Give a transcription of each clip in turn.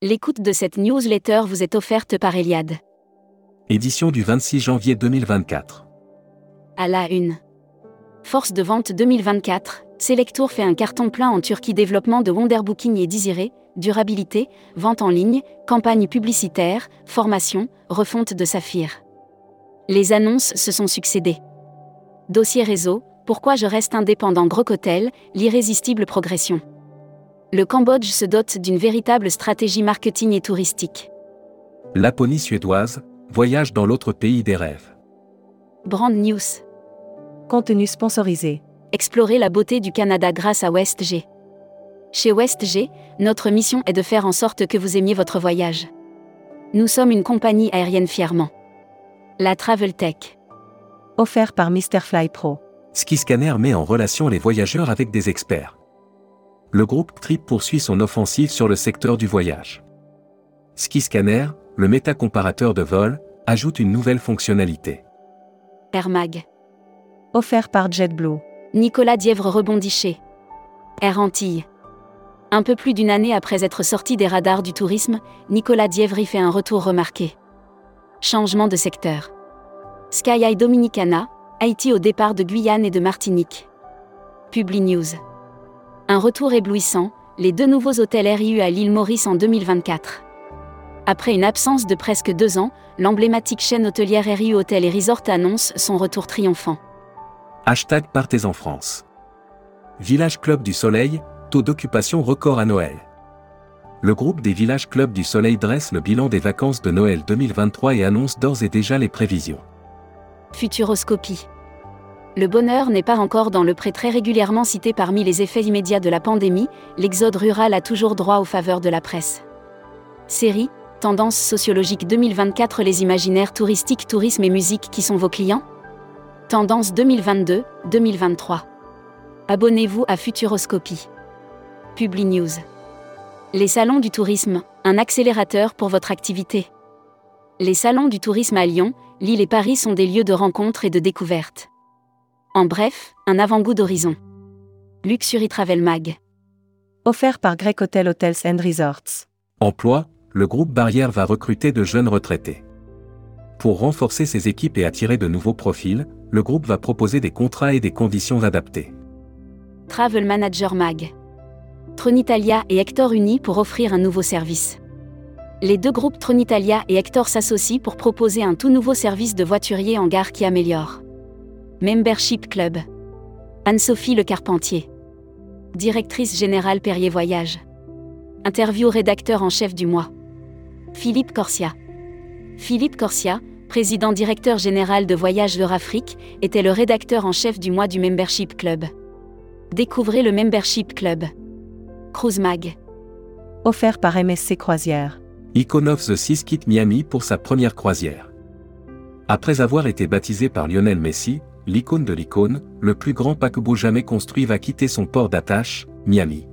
L'écoute de cette newsletter vous est offerte par Eliade. Édition du 26 janvier 2024. À la une. Force de vente 2024, Selectour fait un carton plein en Turquie. Développement de Wonderbooking et Désiré, durabilité, vente en ligne, campagne publicitaire, formation, refonte de Saphir. Les annonces se sont succédées. Dossier réseau, pourquoi je reste indépendant. Grocotel, l'irrésistible progression. Le Cambodge se dote d'une véritable stratégie marketing et touristique. Laponie suédoise, voyage dans l'autre pays des rêves. Brand News. Contenu sponsorisé. Explorer la beauté du Canada grâce à WestG. Chez WestG, notre mission est de faire en sorte que vous aimiez votre voyage. Nous sommes une compagnie aérienne fièrement. La Travel Tech. Offert par Mr Fly Pro. Skiscanner met en relation les voyageurs avec des experts. Le groupe Trip poursuit son offensive sur le secteur du voyage. Skiscanner, le métacomparateur de vol, ajoute une nouvelle fonctionnalité. Air Mag. Offert par JetBlue. Nicolas Dièvre rebondit chez Air Antilles. Un peu plus d'une année après être sorti des radars du tourisme, Nicolas Dièvre y fait un retour remarqué. Changement de secteur. SkyEye Dominicana, Haïti au départ de Guyane et de Martinique. Publi News. Un retour éblouissant, les 2 nouveaux hôtels RIU à l'île Maurice en 2024. Après une absence de presque 2 ans, l'emblématique chaîne hôtelière RIU Hôtel et Resort annonce son retour triomphant. Partez en France. Village Club du Soleil, taux d'occupation record à Noël. Le groupe des Villages Club du Soleil dresse le bilan des vacances de Noël 2023 et annonce d'ores et déjà les prévisions. Futuroscopie. Le bonheur n'est pas encore dans le pré. Très régulièrement cité parmi les effets immédiats de la pandémie, l'exode rural a toujours droit aux faveurs de la presse. Série, tendance sociologique 2024. Les imaginaires touristiques, tourisme et musique qui sont vos clients ? Tendance 2022-2023. Abonnez-vous à Futuroscopie. Publi News. Les salons du tourisme, un accélérateur pour votre activité. Les salons du tourisme à Lyon, Lille et Paris sont des lieux de rencontre et de découverte. En bref, un avant-goût d'horizon. Luxury Travel Mag. Offert par Grec Hotel Hotels and Resorts. Emploi, le groupe Barrière va recruter de jeunes retraités. Pour renforcer ses équipes et attirer de nouveaux profils, le groupe va proposer des contrats et des conditions adaptées. Travel Manager Mag. Tronitalia et Hector unis pour offrir un nouveau service. Les 2 groupes Tronitalia et Hector s'associent pour proposer un tout nouveau service de voiturier en gare qui améliore. Membership Club. Anne-Sophie Le Carpentier. Directrice générale Perrier Voyage. Interview rédacteur en chef du mois. Philippe Corsia. Philippe Corsia, président directeur général de Voyage Eurafrique, était le rédacteur en chef du mois du Membership Club. Découvrez le Membership Club. Cruise Mag. Offert par MSC Croisière. Icon of the Seas quitte Miami pour sa première croisière. Après avoir été baptisé par Lionel Messi, l'icône de l'icône, le plus grand paquebot jamais construit va quitter son port d'attache, Miami.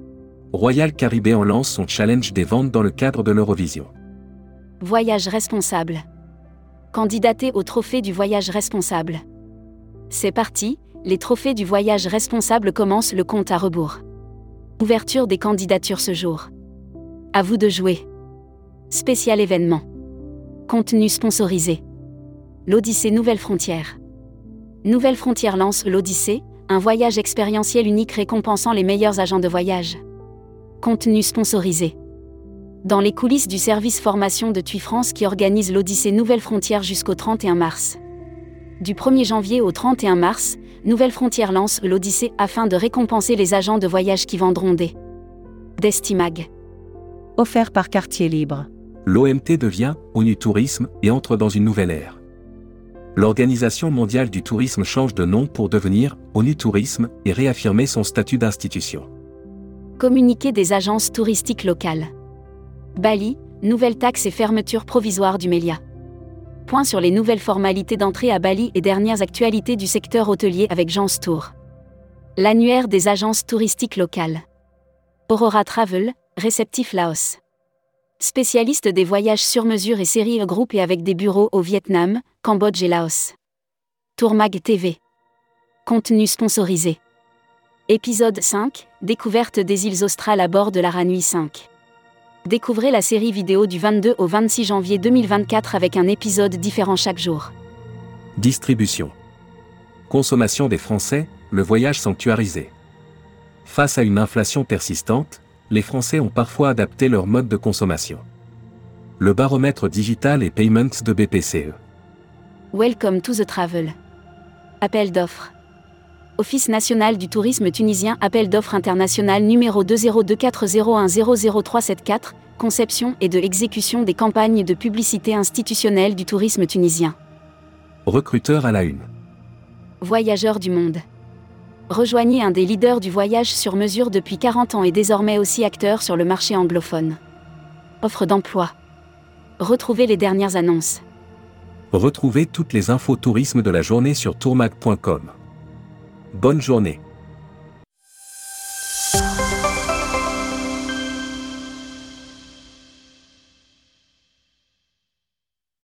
Royal Caribbean lance son challenge des ventes dans le cadre de l'Eurovision. Voyage responsable. Candidaté au trophée du voyage responsable. C'est parti, les trophées du voyage responsable commencent le compte à rebours. Ouverture des candidatures ce jour. À vous de jouer. Spécial événement. Contenu sponsorisé. L'Odyssée Nouvelle Frontière. Nouvelle Frontière lance l'Odyssée, un voyage expérientiel unique récompensant les meilleurs agents de voyage. Contenu sponsorisé. Dans les coulisses du service formation de TUI France qui organise l'Odyssée Nouvelle Frontière jusqu'au 31 mars. Du 1er janvier au 31 mars, Nouvelle Frontière lance l'Odyssée afin de récompenser les agents de voyage qui vendront des Destimag. Offert par Quartier Libre. L'OMT devient ONU Tourisme et entre dans une nouvelle ère. L'Organisation mondiale du tourisme change de nom pour devenir ONU Tourisme et réaffirmer son statut d'institution. Communiqué des agences touristiques locales. Bali, nouvelle taxe et fermeture provisoire du Melia. Point sur les nouvelles formalités d'entrée à Bali et dernières actualités du secteur hôtelier avec Jean Stour. L'annuaire des agences touristiques locales. Aurora Travel, réceptif Laos. Spécialiste des voyages sur mesure et série E-Group et avec des bureaux au Vietnam, Cambodge et Laos. Tourmag TV. Contenu sponsorisé. Épisode 5, découverte des îles australes à bord de l'Aranui 5. Découvrez la série vidéo du 22 au 26 janvier 2024 avec un épisode différent chaque jour. Distribution. Consommation des Français, le voyage sanctuarisé. Face à une inflation persistante, les Français ont parfois adapté leur mode de consommation. Le baromètre digital et payments de BPCE. Welcome to the travel. Appel d'offres. Office national du tourisme tunisien. Appel d'offres international numéro 20240100374, conception et de exécution des campagnes de publicité institutionnelle du tourisme tunisien. Recruteur à la une. Voyageurs du monde. Rejoignez un des leaders du voyage sur mesure depuis 40 ans et désormais aussi acteur sur le marché anglophone. Offre d'emploi. Retrouvez les dernières annonces. Retrouvez toutes les infos tourisme de la journée sur tourmag.com. Bonne journée.